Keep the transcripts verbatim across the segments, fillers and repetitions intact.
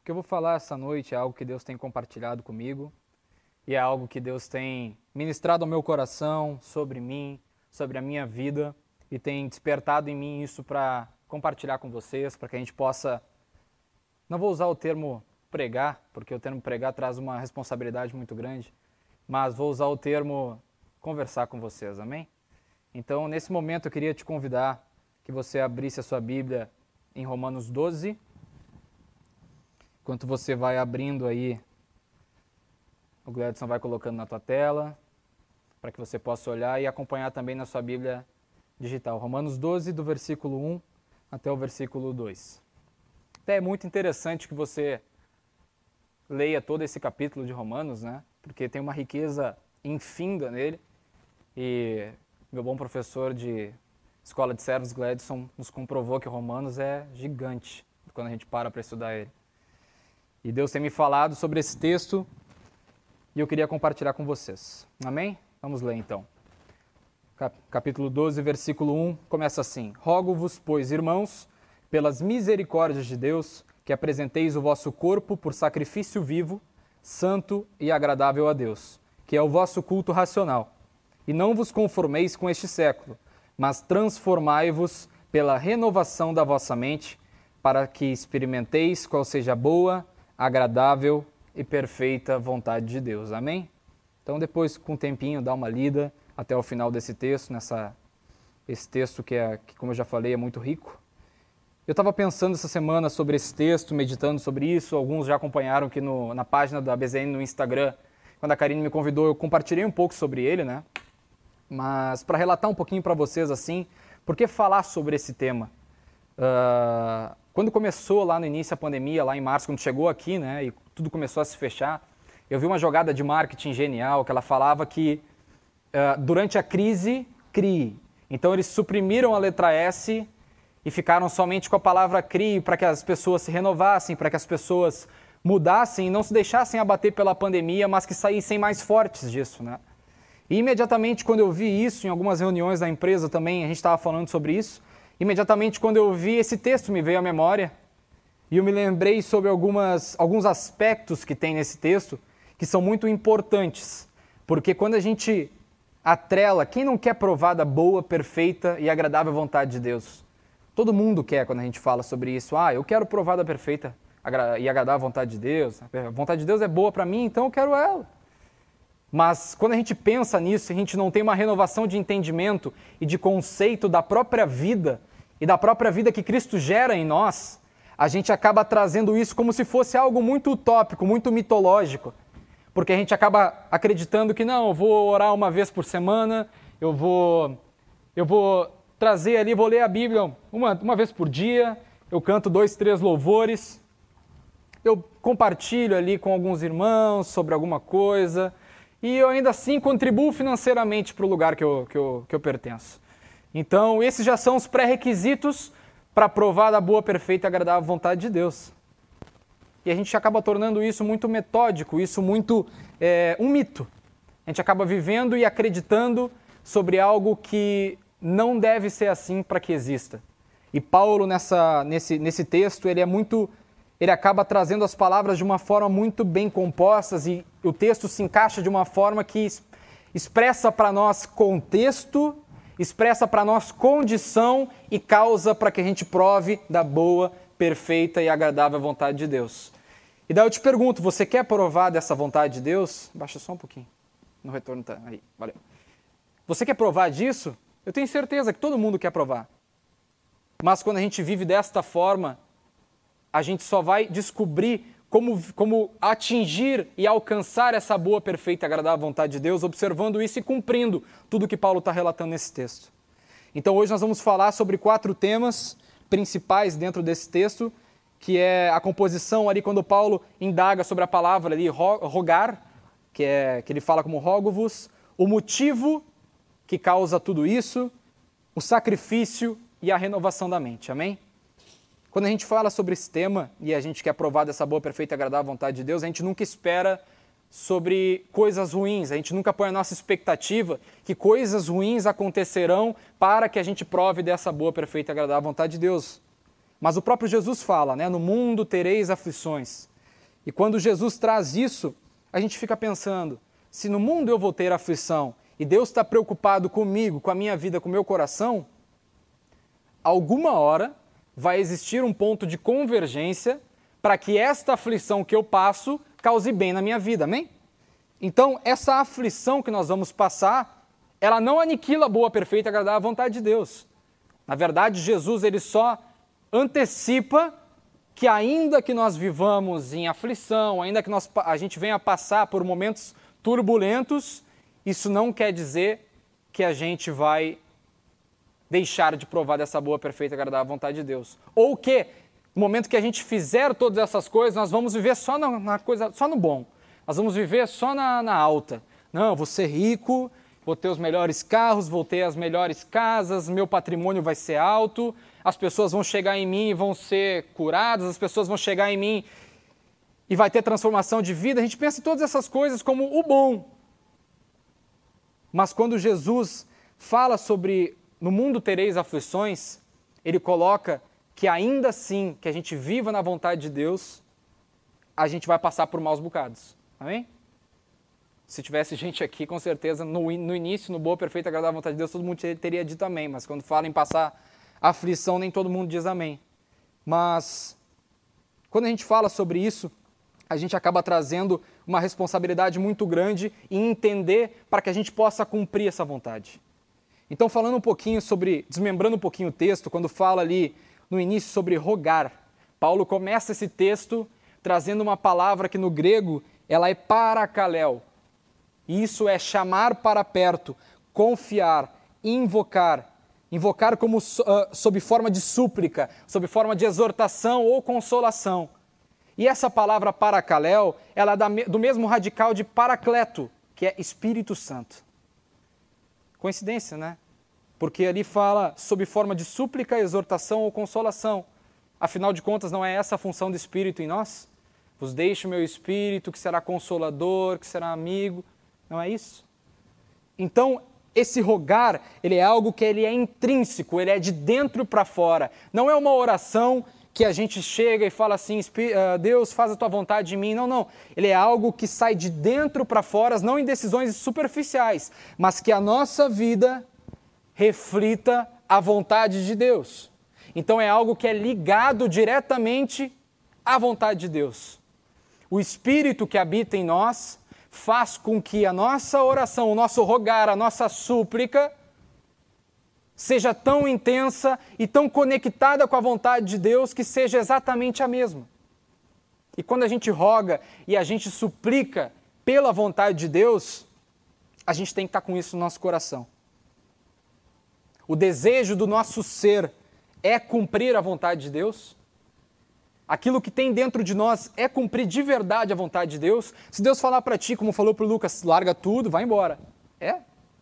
que eu vou falar essa noite é algo que Deus tem compartilhado comigo e é algo que Deus tem ministrado ao meu coração, sobre mim, sobre a minha vida e tem despertado em mim isso para compartilhar com vocês, para que a gente possa, não vou usar o termo pregar, porque o termo pregar traz uma responsabilidade muito grande, mas vou usar o termo conversar com vocês, amém? Então, nesse momento eu queria te convidar que você abrisse a sua Bíblia em Romanos doze. Enquanto você vai abrindo aí, o Gladson vai colocando na tua tela, para que você possa olhar e acompanhar também na sua Bíblia digital. Romanos doze, do versículo um até o versículo dois. Até é muito interessante que você leia todo esse capítulo de Romanos, né? Porque tem uma riqueza infinda nele. E meu bom professor de Escola de Servos, Gladson, nos comprovou que Romanos é gigante quando a gente para para estudar ele. E Deus tem me falado sobre esse texto e eu queria compartilhar com vocês. Amém? Vamos ler então. Capítulo doze, versículo um, começa assim. Rogo-vos, pois, irmãos, pelas misericórdias de Deus, que apresenteis o vosso corpo por sacrifício vivo, santo e agradável a Deus, que é o vosso culto racional. E não vos conformeis com este século, mas transformai-vos pela renovação da vossa mente, para que experimenteis qual seja a boa, agradável e perfeita vontade de Deus. Amém? Então depois, com um tempinho, dá uma lida até o final desse texto, nessa, esse texto que, é, que, como eu já falei, é muito rico. Eu estava pensando essa semana sobre esse texto, meditando sobre isso, alguns já acompanharam que no, na página da B Z N no Instagram, quando a Karine me convidou, eu compartilhei um pouco sobre ele, né? Mas para relatar um pouquinho para vocês assim, por que falar sobre esse tema? Uh, quando começou lá no início a pandemia, lá em março, quando chegou aqui, né, e tudo começou a se fechar, eu vi uma jogada de marketing genial, que ela falava que uh, durante a crise, crie. Então eles suprimiram a letra S e ficaram somente com a palavra crie para que as pessoas se renovassem, para que as pessoas mudassem e não se deixassem abater pela pandemia, mas que saíssem mais fortes disso, né? E imediatamente quando eu vi isso, em algumas reuniões da empresa também, a gente estava falando sobre isso, imediatamente quando eu vi esse texto me veio à memória e eu me lembrei sobre algumas, alguns aspectos que tem nesse texto que são muito importantes, porque quando a gente atrela, quem não quer provar da boa, perfeita e agradável vontade de Deus? Todo mundo quer quando a gente fala sobre isso. Ah, eu quero provar da perfeita e agradável vontade de Deus. A vontade de Deus é boa para mim, então eu quero ela. Mas quando a gente pensa nisso, a gente não tem uma renovação de entendimento e de conceito da própria vida e da própria vida que Cristo gera em nós, a gente acaba trazendo isso como se fosse algo muito utópico, muito mitológico. Porque a gente acaba acreditando que não, eu vou orar uma vez por semana, eu vou, eu vou trazer ali, vou ler a Bíblia uma, uma vez por dia, eu canto dois, três louvores, eu compartilho ali com alguns irmãos sobre alguma coisa, e eu ainda assim contribuo financeiramente para o lugar que eu, que, eu, que eu pertenço. Então, esses já são os pré-requisitos para provar da boa, perfeita e agradável vontade de Deus. E a gente acaba tornando isso muito metódico, isso muito é, um mito. A gente acaba vivendo e acreditando sobre algo que não deve ser assim para que exista. E Paulo, nessa, nesse, nesse texto, ele é muito... ele acaba trazendo as palavras de uma forma muito bem compostas e o texto se encaixa de uma forma que expressa para nós contexto, expressa para nós condição e causa para que a gente prove da boa, perfeita e agradável vontade de Deus. E daí eu te pergunto, você quer provar dessa vontade de Deus? Baixa só um pouquinho, no retorno tá aí, valeu. Você quer provar disso? Eu tenho certeza que todo mundo quer provar. Mas quando a gente vive desta forma, a gente só vai descobrir como, como atingir e alcançar essa boa, perfeita e agradável vontade de Deus, observando isso e cumprindo tudo que Paulo está relatando nesse texto. Então hoje nós vamos falar sobre quatro temas principais dentro desse texto, que é a composição ali quando Paulo indaga sobre a palavra ali, rogar, que, é, que ele fala como rogo-vos, o motivo que causa tudo isso, o sacrifício e a renovação da mente, amém? Quando a gente fala sobre esse tema e a gente quer provar dessa boa, perfeita e agradável vontade de Deus, a gente nunca espera sobre coisas ruins, a gente nunca põe a nossa expectativa que coisas ruins acontecerão para que a gente prove dessa boa, perfeita e agradável vontade de Deus. Mas o próprio Jesus fala, né? No mundo tereis aflições. E quando Jesus traz isso, a gente fica pensando, se no mundo eu vou ter aflição e Deus está preocupado comigo, com a minha vida, com o meu coração, alguma hora vai existir um ponto de convergência para que esta aflição que eu passo cause bem na minha vida, amém? Então, essa aflição que nós vamos passar, ela não aniquila a boa, perfeita e agradável vontade de Deus. Na verdade, Jesus ele só antecipa que ainda que nós vivamos em aflição, ainda que nós, a gente venha passar por momentos turbulentos, isso não quer dizer que a gente vai deixar de provar dessa boa, perfeita e agradável vontade de Deus. Ou que, no momento que a gente fizer todas essas coisas, nós vamos viver só na, na coisa, só no bom. Nós vamos viver só na, na alta. Não, eu vou ser rico, vou ter os melhores carros, vou ter as melhores casas, meu patrimônio vai ser alto, as pessoas vão chegar em mim e vão ser curadas, as pessoas vão chegar em mim e vai ter transformação de vida. A gente pensa em todas essas coisas como o bom. Mas quando Jesus fala sobre no mundo tereis aflições, ele coloca que ainda assim que a gente viva na vontade de Deus, a gente vai passar por maus bocados. Amém? Se tivesse gente aqui, com certeza, no, no início, no boa, perfeita, agradável vontade de Deus, todo mundo teria dito amém. Mas quando fala em passar aflição, nem todo mundo diz amém. Mas, quando a gente fala sobre isso, a gente acaba trazendo uma responsabilidade muito grande em entender para que a gente possa cumprir essa vontade. Então, falando um pouquinho sobre, desmembrando um pouquinho o texto, quando fala ali no início sobre rogar, Paulo começa esse texto trazendo uma palavra que no grego, ela é parakaléu. E isso é chamar para perto, confiar, invocar. Invocar como uh, sob forma de súplica, sob forma de exortação ou consolação. E essa palavra parakaléu, ela é da, do mesmo radical de paracleto, que é Espírito Santo. Coincidência, né? Porque ali fala sob forma de súplica, exortação ou consolação. Afinal de contas, não é essa a função do Espírito em nós? Vos deixo o meu Espírito, que será consolador, que será amigo. Não é isso? Então, esse rogar, ele é algo que ele é intrínseco, ele é de dentro para fora. Não é uma oração que a gente chega e fala assim, Deus, faz a tua vontade em mim. Não, não. Ele é algo que sai de dentro para fora, não em decisões superficiais, mas que a nossa vida reflita a vontade de Deus. Então é algo que é ligado diretamente à vontade de Deus. O Espírito que habita em nós faz com que a nossa oração, o nosso rogar, a nossa súplica seja tão intensa e tão conectada com a vontade de Deus que seja exatamente a mesma. E quando a gente roga e a gente suplica pela vontade de Deus, a gente tem que estar com isso no nosso coração. O desejo do nosso ser é cumprir a vontade de Deus? Aquilo que tem dentro de nós é cumprir de verdade a vontade de Deus? Se Deus falar para ti, como falou para o Lucas, larga tudo, vai embora. É?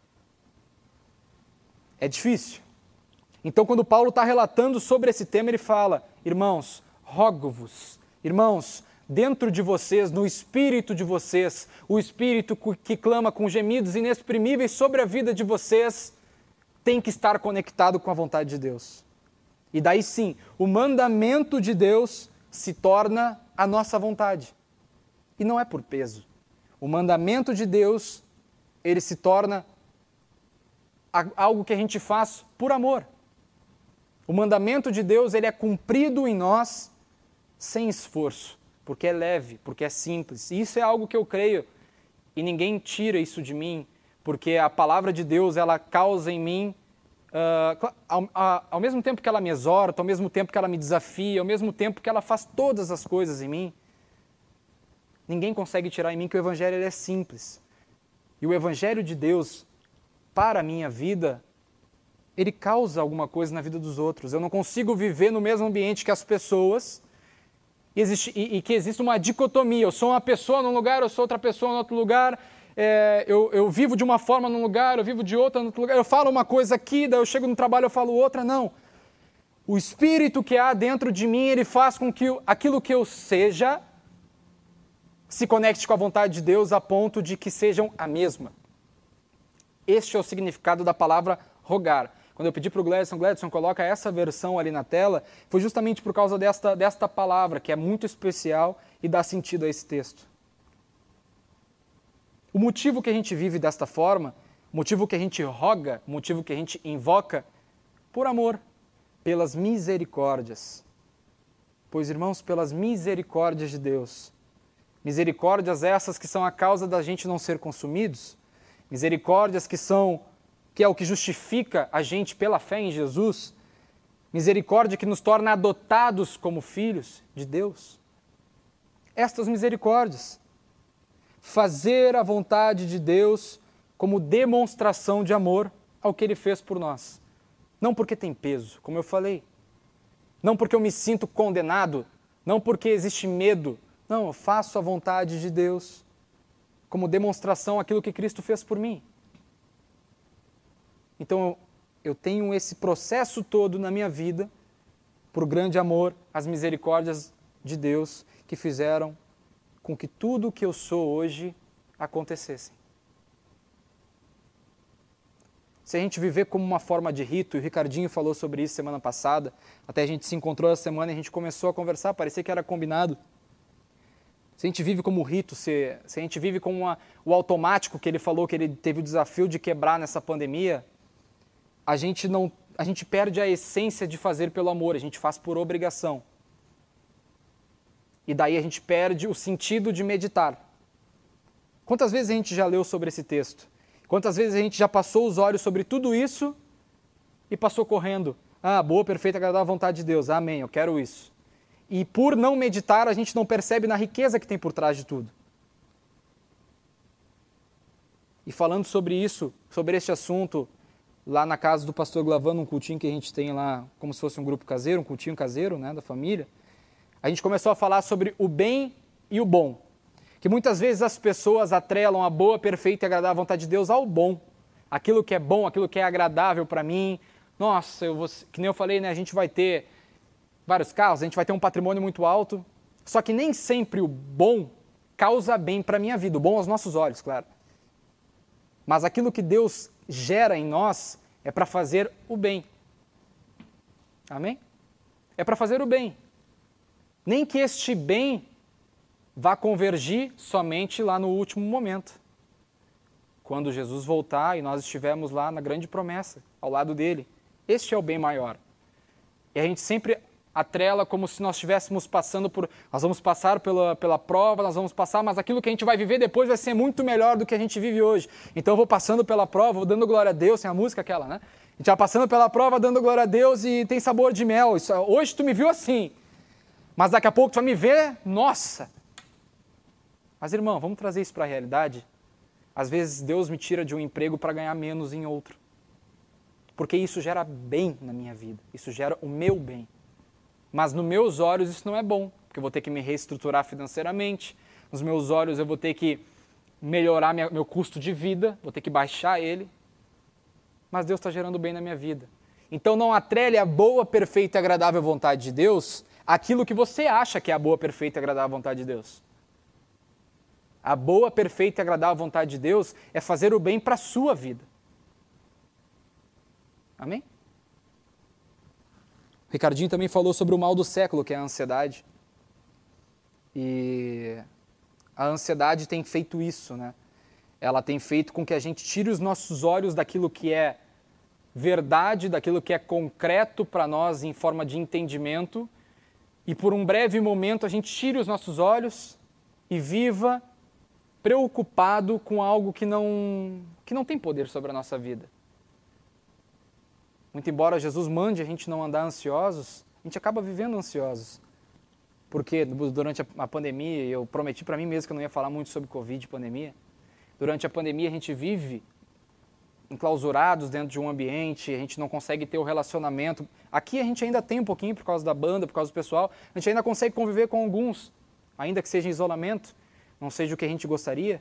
É difícil. Então, quando Paulo está relatando sobre esse tema, ele fala, irmãos, rogo-vos, irmãos, dentro de vocês, no espírito de vocês, o espírito que clama com gemidos inexprimíveis sobre a vida de vocês, tem que estar conectado com a vontade de Deus. E daí sim, o mandamento de Deus se torna a nossa vontade. E não é por peso. O mandamento de Deus, ele se torna algo que a gente faz por amor. O mandamento de Deus, ele é cumprido em nós sem esforço, porque é leve, porque é simples. E isso é algo que eu creio, e ninguém tira isso de mim, porque a palavra de Deus, ela causa em mim, uh, ao, ao, ao mesmo tempo que ela me exorta, ao mesmo tempo que ela me desafia, ao mesmo tempo que ela faz todas as coisas em mim, ninguém consegue tirar em mim que o Evangelho ele é simples. E o Evangelho de Deus, para a minha vida, ele causa alguma coisa na vida dos outros. Eu não consigo viver no mesmo ambiente que as pessoas e, existe, e, e que existe uma dicotomia. Eu sou uma pessoa num lugar, eu sou outra pessoa em outro lugar. É, eu, eu vivo de uma forma num lugar, eu vivo de outra em outro lugar. Eu falo uma coisa aqui, daí eu chego no trabalho, eu falo outra. Não. O Espírito que há dentro de mim, ele faz com que aquilo que eu seja se conecte com a vontade de Deus a ponto de que sejam a mesma. Este é o significado da palavra rogar. quando eu pedi para o Gladson, Gladson, coloca essa versão ali na tela, foi justamente por causa desta, desta palavra, que é muito especial e dá sentido a esse texto. O motivo que a gente vive desta forma, o motivo que a gente roga, o motivo que a gente invoca, por amor, pelas misericórdias. Pois, irmãos, pelas misericórdias de Deus, misericórdias essas que são a causa da gente não ser consumidos, misericórdias que são, que é o que justifica a gente pela fé em Jesus, misericórdia que nos torna adotados como filhos de Deus. Estas misericórdias, fazer a vontade de Deus como demonstração de amor ao que Ele fez por nós. Não porque tem peso, como eu falei, não porque eu me sinto condenado, não porque existe medo, não, eu faço a vontade de Deus como demonstração aquilo que Cristo fez por mim. Então, eu tenho esse processo todo na minha vida, por grande amor, as misericórdias de Deus que fizeram com que tudo o que eu sou hoje acontecesse. Se a gente viver como uma forma de rito, e o Ricardinho falou sobre isso semana passada, até a gente se encontrou essa semana e a gente começou a conversar, parecia que era combinado. Se a gente vive como rito, se, se a gente vive como uma, o automático que ele falou que ele teve o desafio de quebrar nessa pandemia, a gente, não, a gente perde a essência de fazer pelo amor, a gente faz por obrigação. E daí a gente perde o sentido de meditar. Quantas vezes a gente já leu sobre esse texto? Quantas vezes a gente já passou os olhos sobre tudo isso e passou correndo? Ah, boa, perfeita, agradável à vontade de Deus. Amém, eu quero isso. E por não meditar, a gente não percebe na riqueza que tem por trás de tudo. E falando sobre isso, sobre este assunto, lá na casa do pastor Glavano, um cultinho que a gente tem lá, como se fosse um grupo caseiro, um cultinho caseiro, né, da família, a gente começou a falar sobre o bem e o bom. Que muitas vezes as pessoas atrelam a boa, perfeita e agradável vontade de Deus ao bom. Aquilo que é bom, aquilo que é agradável para mim. Nossa, eu vou, que nem eu falei, né, a gente vai ter vários carros, a gente vai ter um patrimônio muito alto. Só que nem sempre o bom causa bem para a minha vida. O bom aos nossos olhos, claro. Mas aquilo que Deus gera em nós é para fazer o bem. Amém? É para fazer o bem. Nem que este bem vá convergir somente lá no último momento, quando Jesus voltar e nós estivermos lá na grande promessa, ao lado dele. Este é o bem maior. E a gente sempre atrela como se nós estivéssemos passando por... Nós vamos passar pela, pela prova, nós vamos passar, mas aquilo que a gente vai viver depois vai ser muito melhor do que a gente vive hoje. Então eu vou passando pela prova, vou dando glória a Deus, tem a música aquela, né? A gente vai passando pela prova, dando glória a Deus e tem sabor de mel. Isso, hoje tu me viu assim, mas daqui a pouco tu vai me ver, nossa... Mas, irmão, vamos trazer isso para a realidade? Às vezes Deus me tira de um emprego para ganhar menos em outro. Porque isso gera bem na minha vida. Isso gera o meu bem. Mas nos meus olhos isso não é bom. Porque eu vou ter que me reestruturar financeiramente. Nos meus olhos eu vou ter que melhorar minha, meu custo de vida. Vou ter que baixar ele. Mas Deus está gerando bem na minha vida. Então não atrele a boa, perfeita e agradável vontade de Deus àquilo que você acha que é a boa, perfeita e agradável vontade de Deus. A boa, perfeita e agradável vontade de Deus é fazer o bem para a sua vida. Amém? O Ricardinho também falou sobre o mal do século, que é a ansiedade. E a ansiedade tem feito isso, né? Ela tem feito com que a gente tire os nossos olhos daquilo que é verdade, daquilo que é concreto para nós em forma de entendimento, e por um breve momento a gente tire os nossos olhos e viva preocupado com algo que não, que não tem poder sobre a nossa vida. Muito embora Jesus mande a gente não andar ansiosos, a gente acaba vivendo ansiosos. Porque durante a pandemia, eu prometi para mim mesmo que eu não ia falar muito sobre Covid e pandemia. Durante a pandemia a gente vive enclausurados dentro de um ambiente, a gente não consegue ter o relacionamento. Aqui a gente ainda tem um pouquinho por causa da banda, por causa do pessoal, a gente ainda consegue conviver com alguns, ainda que seja em isolamento. Não seja o que a gente gostaria,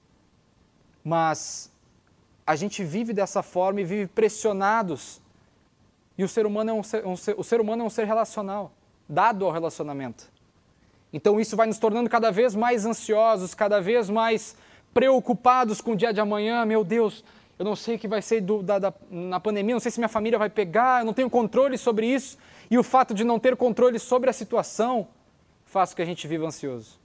mas a gente vive dessa forma e vive pressionados. E o ser humano é um ser, um ser, o ser humano é um ser relacional, dado ao relacionamento. Então isso vai nos tornando cada vez mais ansiosos, cada vez mais preocupados com o dia de amanhã. Meu Deus, eu não sei o que vai ser do, da, da, na pandemia, não sei se minha família vai pegar, eu não tenho controle sobre isso. E o fato de não ter controle sobre a situação faz com que a gente viva ansioso.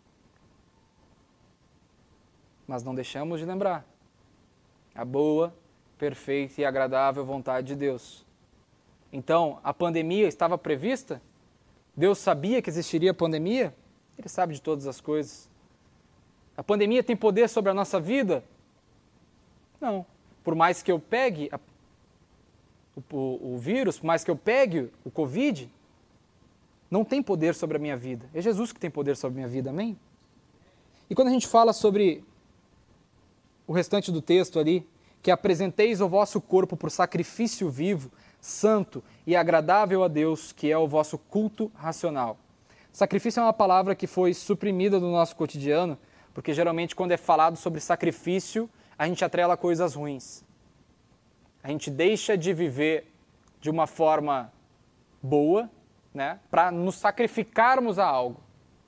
Mas não deixamos de lembrar a boa, perfeita e agradável vontade de Deus. Então, a pandemia estava prevista? Deus sabia que existiria pandemia? Ele sabe de todas as coisas. A pandemia tem poder sobre a nossa vida? Não. Por mais que eu pegue a, o, o, o vírus, por mais que eu pegue o Covid, não tem poder sobre a minha vida. É Jesus que tem poder sobre a minha vida, amém? E quando a gente fala sobre o restante do texto ali, que apresenteis o vosso corpo por sacrifício vivo, santo e agradável a Deus, que é o vosso culto racional. Sacrifício é uma palavra que foi suprimida do nosso cotidiano, porque geralmente quando é falado sobre sacrifício, a gente atrela coisas ruins. A gente deixa de viver de uma forma boa, né, para nos sacrificarmos a algo.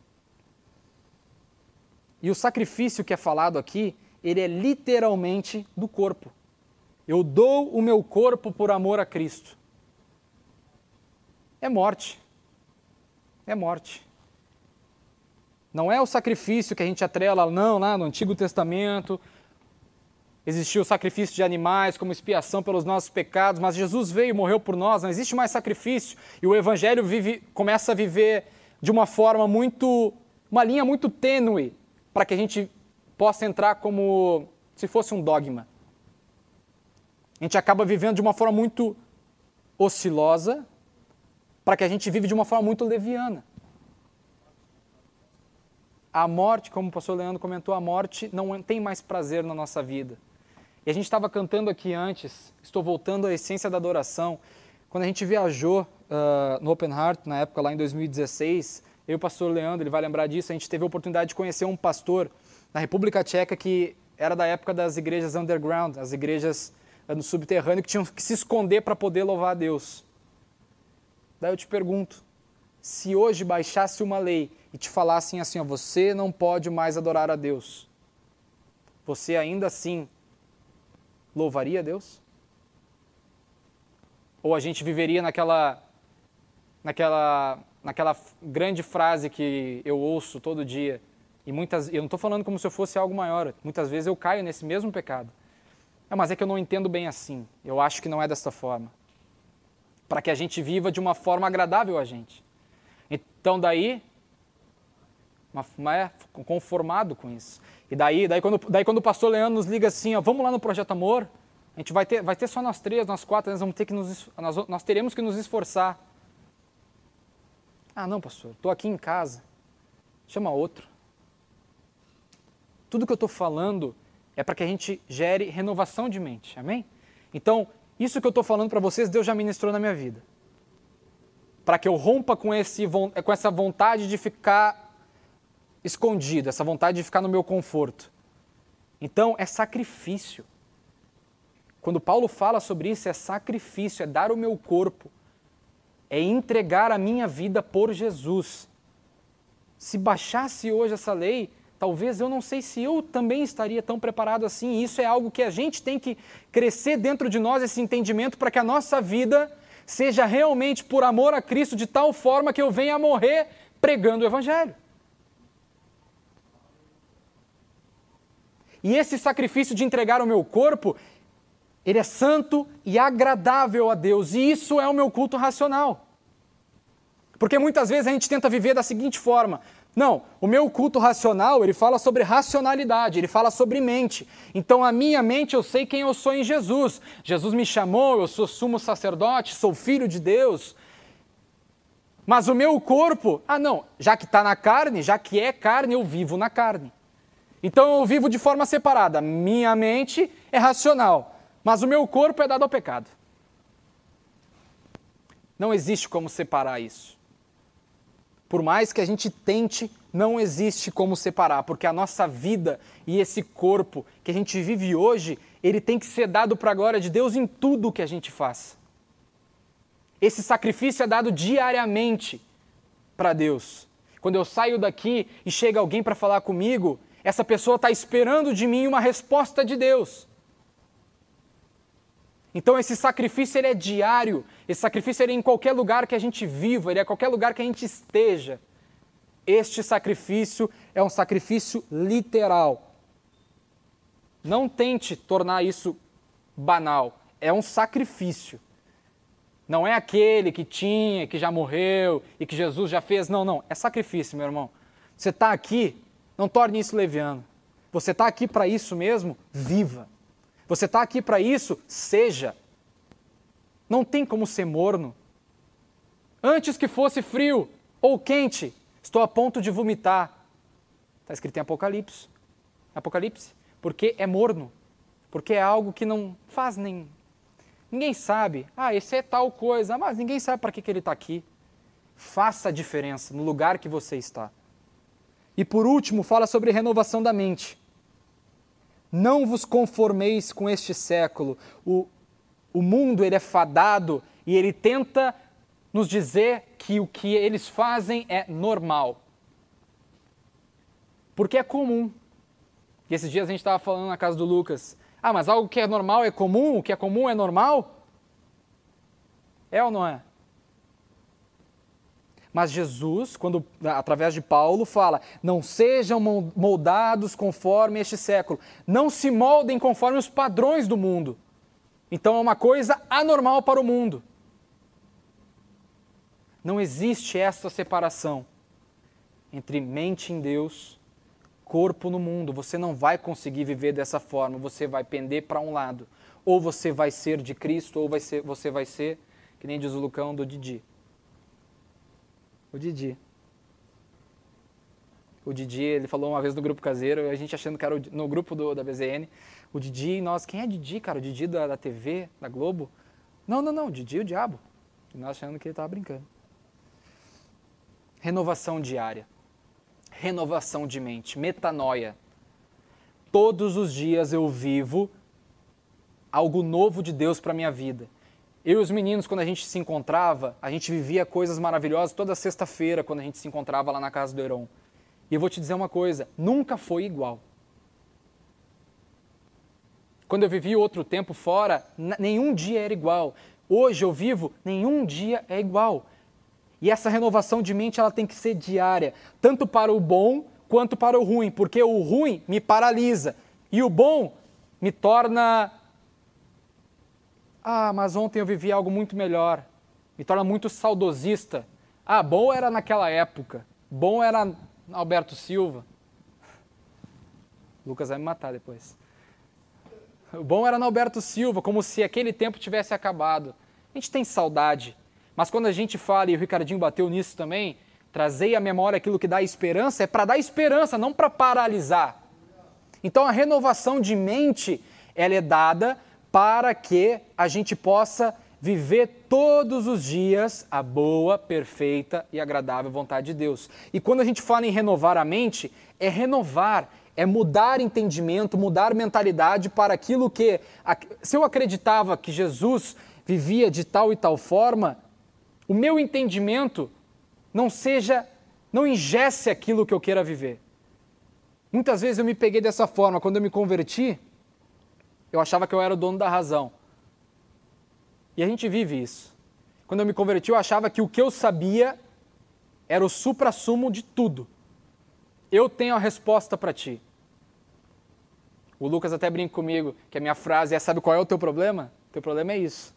E o sacrifício que é falado aqui, ele é literalmente do corpo. Eu dou o meu corpo por amor a Cristo. É morte. É morte. Não é o sacrifício que a gente atrela, não, lá no Antigo Testamento, existiu o sacrifício de animais como expiação pelos nossos pecados, mas Jesus veio e morreu por nós, não existe mais sacrifício. E o Evangelho vive, começa a viver de uma forma muito, uma linha muito tênue, para que a gente possa entrar como se fosse um dogma. A gente acaba vivendo de uma forma muito oscilosa, para que a gente vive de uma forma muito leviana. A morte, como o pastor Leandro comentou, a morte não tem mais prazer na nossa vida. E a gente estava cantando aqui antes, estou voltando à essência da adoração. Quando a gente viajou uh, no Open Heart, na época lá em dois mil e dezesseis, eu e o pastor Leandro, ele vai lembrar disso, a gente teve a oportunidade de conhecer um pastor na República Tcheca que era da época das igrejas underground, as igrejas uh, no subterrâneo que tinham que se esconder para poder louvar a Deus. Daí eu te pergunto, se hoje baixasse uma lei e te falassem assim, ó, você não pode mais adorar a Deus, você ainda assim louvaria a Deus? Ou a gente viveria naquela, naquela, naquela grande frase que eu ouço todo dia, e muitas, eu não estou falando como se eu fosse algo maior, muitas vezes eu caio nesse mesmo pecado. Ah, mas é que eu não entendo bem assim, eu acho que não é desta forma. Para que a gente viva de uma forma agradável a gente. Então daí, uma, uma, conformado com isso. E daí, daí, quando, daí quando o pastor Leandro nos liga assim, ó, vamos lá no Projeto Amor, a gente vai ter, vai ter só nós três, nós quatro, nós, vamos ter que nos, nós, nós teremos que nos esforçar. Ah não, pastor, estou aqui em casa, chama outro. Tudo que eu estou falando é para que a gente gere renovação de mente, amém? Então, isso que eu estou falando para vocês, Deus já ministrou na minha vida. Para que eu rompa com, esse, com essa vontade de ficar escondido, essa vontade de ficar no meu conforto. Então, é sacrifício. Quando Paulo fala sobre isso, é sacrifício, é dar o meu corpo, é entregar a minha vida por Jesus. Se baixasse hoje essa lei, talvez eu não sei se eu também estaria tão preparado assim. Isso é algo que a gente tem que crescer dentro de nós, esse entendimento, para que a nossa vida seja realmente por amor a Cristo, de tal forma que eu venha a morrer pregando o Evangelho. E esse sacrifício de entregar o meu corpo, ele é santo e agradável a Deus, e isso é o meu culto racional. Porque muitas vezes a gente tenta viver da seguinte forma: não, o meu culto racional, ele fala sobre racionalidade, ele fala sobre mente. Então, a minha mente, eu sei quem eu sou em Jesus. Jesus me chamou, eu sou sumo sacerdote, sou filho de Deus. Mas o meu corpo, ah não, já que está na carne, já que é carne, eu vivo na carne. Então, eu vivo de forma separada. Minha mente é racional, mas o meu corpo é dado ao pecado. Não existe como separar isso. Por mais que a gente tente, não existe como separar, porque a nossa vida e esse corpo que a gente vive hoje, ele tem que ser dado para a glória de Deus em tudo que a gente faz. Esse sacrifício é dado diariamente para Deus. Quando eu saio daqui e chega alguém para falar comigo, essa pessoa está esperando de mim uma resposta de Deus. Então esse sacrifício ele é diário, esse sacrifício ele é em qualquer lugar que a gente viva, ele é em qualquer lugar que a gente esteja. Este sacrifício é um sacrifício literal. Não tente tornar isso banal, é um sacrifício. Não é aquele que tinha, que já morreu e que Jesus já fez, não, não, é sacrifício, meu irmão. Você está aqui, não torne isso leviano. Você está aqui para isso mesmo, viva. Você está aqui para isso, seja. Não tem como ser morno. Antes que fosse frio ou quente, estou a ponto de vomitar. Está escrito em Apocalipse. Apocalipse. Porque é morno. Porque é algo que não faz nem... Ninguém sabe. Ah, esse é tal coisa. Mas ninguém sabe para que, que ele está aqui. Faça a diferença no lugar que você está. E por último, fala sobre renovação da mente. Não vos conformeis com este século. O, o mundo ele é fadado e ele tenta nos dizer que o que eles fazem é normal. Porque é comum. E esses dias a gente estava falando na casa do Lucas. Ah, mas algo que é normal é comum? O que é comum é normal? É ou não é? Mas Jesus, quando, através de Paulo, fala, não sejam moldados conforme este século. Não se moldem conforme os padrões do mundo. Então é uma coisa anormal para o mundo. Não existe essa separação entre mente em Deus, corpo no mundo. Você não vai conseguir viver dessa forma. Você vai pender para um lado. Ou você vai ser de Cristo, ou vai ser, você vai ser, que nem diz o Lucão, do Didi. O Didi. O Didi, ele falou uma vez no grupo caseiro, a gente achando que era o, no grupo do, da B Z N, o Didi, nós, quem é Didi, cara? O Didi da, da T V, da Globo? Não, não, não, o Didi é o diabo. E nós achando que ele estava brincando. Renovação diária. Renovação de mente, metanoia. Todos os dias eu vivo algo novo de Deus para a minha vida. Eu e os meninos, quando a gente se encontrava, a gente vivia coisas maravilhosas toda sexta-feira, quando a gente se encontrava lá na casa do Heron. E eu vou te dizer uma coisa, nunca foi igual. Quando eu vivi outro tempo fora, nenhum dia era igual. Hoje eu vivo, nenhum dia é igual. E essa renovação de mente ela tem que ser diária, tanto para o bom quanto para o ruim, porque o ruim me paralisa e o bom me torna... Ah, mas ontem eu vivi algo muito melhor. Me torna muito saudosista. Ah, bom era naquela época. Bom era Alberto Silva. O Lucas vai me matar depois. Bom era no Alberto Silva, como se aquele tempo tivesse acabado. A gente tem saudade. Mas quando a gente fala, e o Ricardinho bateu nisso também, trazei à memória aquilo que dá esperança, é para dar esperança, não para paralisar. Então a renovação de mente, ela é dada para que a gente possa viver todos os dias a boa, perfeita e agradável vontade de Deus. E quando a gente fala em renovar a mente, é renovar, é mudar entendimento, mudar mentalidade para aquilo que... Se eu acreditava que Jesus vivia de tal e tal forma, o meu entendimento não seja, não ingesse aquilo que eu queira viver. Muitas vezes eu me peguei dessa forma, quando eu me converti, eu achava que eu era o dono da razão. E a gente vive isso. Quando eu me converti, eu achava que o que eu sabia era o suprassumo de tudo. Eu tenho a resposta para ti. O Lucas até brinca comigo que a minha frase é, sabe qual é o teu problema? O teu problema é isso.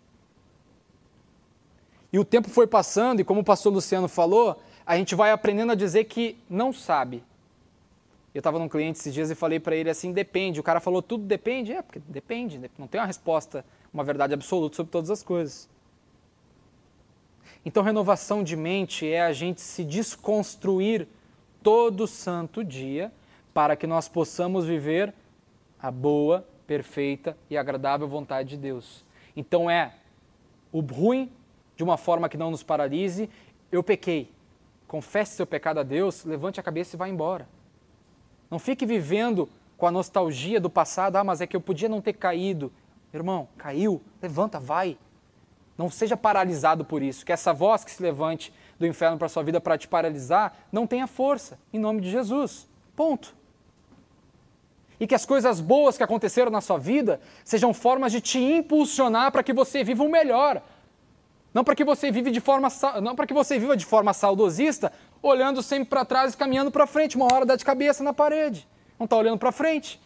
E o tempo foi passando, e como o pastor Luciano falou, a gente vai aprendendo a dizer que não sabe. Eu estava num cliente esses dias e falei para ele assim, depende. O cara falou, tudo depende? É, porque depende, não tem uma resposta, uma verdade absoluta sobre todas as coisas. Então, renovação de mente é a gente se desconstruir todo santo dia para que nós possamos viver a boa, perfeita e agradável vontade de Deus. Então, é o ruim de uma forma que não nos paralise. Eu pequei. Confesse seu pecado a Deus, levante a cabeça e vá embora. Não fique vivendo com a nostalgia do passado. Ah, mas é que eu podia não ter caído. Irmão, caiu, levanta, vai. Não seja paralisado por isso. Que essa voz que se levante do inferno para a sua vida para te paralisar, não tenha força, em nome de Jesus. Ponto. E que as coisas boas que aconteceram na sua vida sejam formas de te impulsionar para que você viva o melhor. Não para que você vive de forma, não para que você viva de forma saudosista, olhando sempre para trás e caminhando para frente, uma hora dá de cabeça na parede. Não está olhando para frente.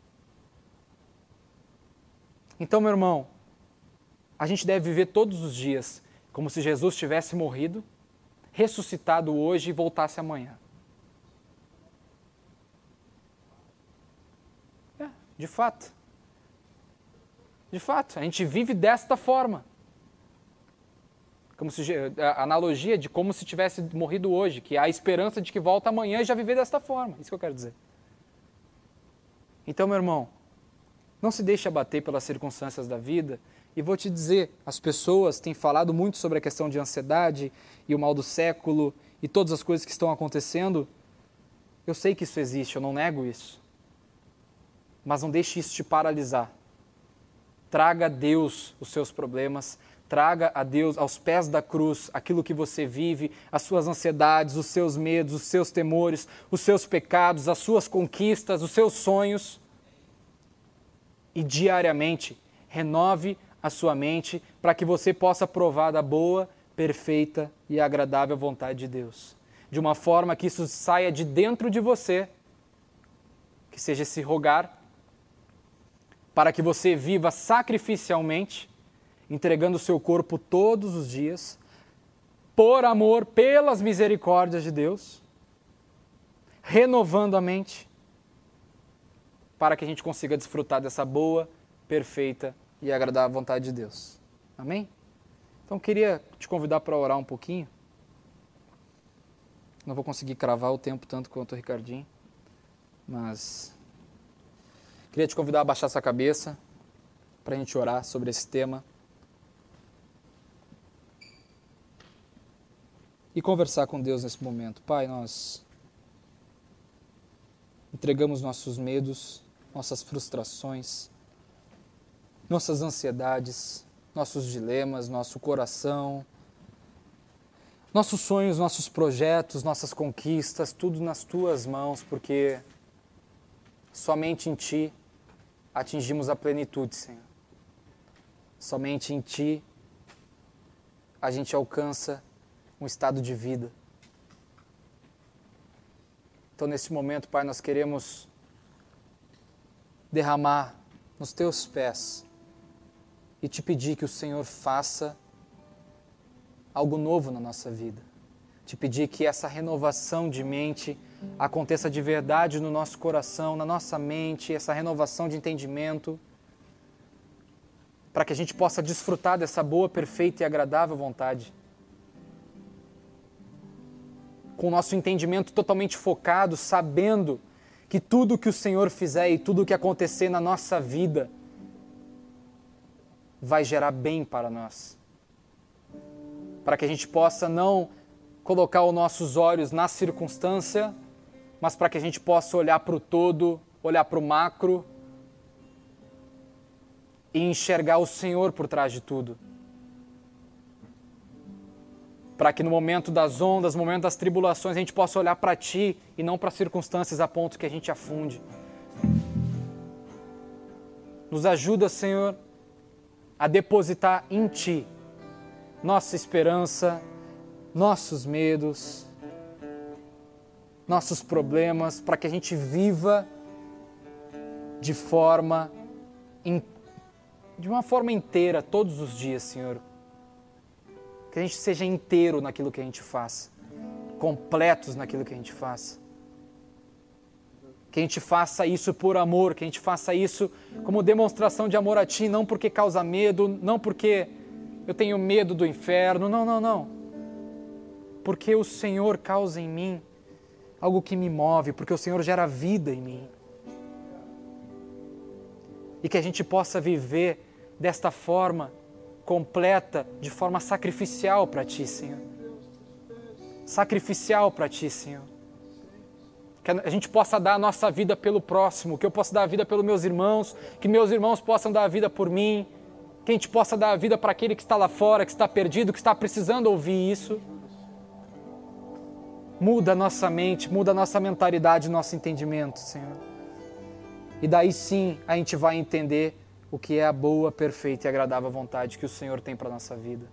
Então, meu irmão, a gente deve viver todos os dias como se Jesus tivesse morrido, ressuscitado hoje e voltasse amanhã. É, de fato. De fato, a gente vive desta forma. Como se, a analogia de como se tivesse morrido hoje, que há a esperança de que volta amanhã e já viver desta forma. Isso que eu quero dizer. Então, meu irmão, não se deixe abater pelas circunstâncias da vida. E vou te dizer, as pessoas têm falado muito sobre a questão de ansiedade e o mal do século e todas as coisas que estão acontecendo. Eu sei que isso existe, eu não nego isso. Mas não deixe isso te paralisar. Traga a Deus os seus problemas, traga a Deus aos pés da cruz aquilo que você vive, as suas ansiedades, os seus medos, os seus temores, os seus pecados, as suas conquistas, os seus sonhos. E diariamente renove a sua mente para que você possa provar da boa, perfeita e agradável vontade de Deus. De uma forma que isso saia de dentro de você, que seja esse rogar, para que você viva sacrificialmente, entregando o seu corpo todos os dias, por amor, pelas misericórdias de Deus, renovando a mente, para que a gente consiga desfrutar dessa boa, perfeita e agradável vontade de Deus. Amém? Então, queria te convidar para orar um pouquinho. Não vou conseguir cravar o tempo tanto quanto o Ricardinho, mas queria te convidar a baixar essa cabeça para a gente orar sobre esse tema e conversar com Deus nesse momento. Pai, nós entregamos nossos medos, nossas frustrações, nossas ansiedades, nossos dilemas, nosso coração, nossos sonhos, nossos projetos, nossas conquistas, tudo nas Tuas mãos, porque somente em Ti atingimos a plenitude, Senhor. Somente em Ti a gente alcança um estado de vida. Então, nesse momento, Pai, nós queremos derramar nos Teus pés e te pedir que o Senhor faça algo novo na nossa vida. Te pedir que essa renovação de mente aconteça de verdade no nosso coração, na nossa mente, essa renovação de entendimento, para que a gente possa desfrutar dessa boa, perfeita e agradável vontade. Com o nosso entendimento totalmente focado, sabendo que tudo que o Senhor fizer e tudo que acontecer na nossa vida vai gerar bem para nós. Para que a gente possa não colocar os nossos olhos na circunstância, mas para que a gente possa olhar para o todo, olhar para o macro e enxergar o Senhor por trás de tudo. Para que no momento das ondas, no momento das tribulações, a gente possa olhar para Ti e não para as circunstâncias a ponto que a gente afunde. Nos ajuda, Senhor, a depositar em Ti nossa esperança, nossos medos, nossos problemas, para que a gente viva de forma, de uma forma inteira todos os dias, Senhor. Que a gente seja inteiro naquilo que a gente faça, completos naquilo que a gente faça. Que a gente faça isso por amor, que a gente faça isso como demonstração de amor a Ti, não porque causa medo, não porque eu tenho medo do inferno, não, não, não. Porque o Senhor causa em mim algo que me move, porque o Senhor gera vida em mim. E que a gente possa viver desta forma completa, de forma sacrificial para Ti, Senhor. Sacrificial para Ti, Senhor. Que a gente possa dar a nossa vida pelo próximo, que eu possa dar a vida pelos meus irmãos, que meus irmãos possam dar a vida por mim, que a gente possa dar a vida para aquele que está lá fora, que está perdido, que está precisando ouvir isso. Muda a nossa mente, muda a nossa mentalidade, nosso entendimento, Senhor. E daí sim a gente vai entender o que é a boa, perfeita e agradável vontade que o Senhor tem para a nossa vida.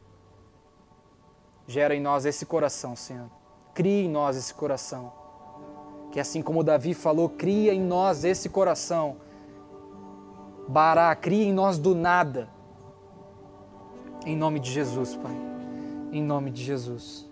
Gera em nós esse coração, Senhor. Cria em nós esse coração. Que assim como Davi falou, cria em nós esse coração. Bará, cria em nós do nada. Em nome de Jesus, Pai. Em nome de Jesus.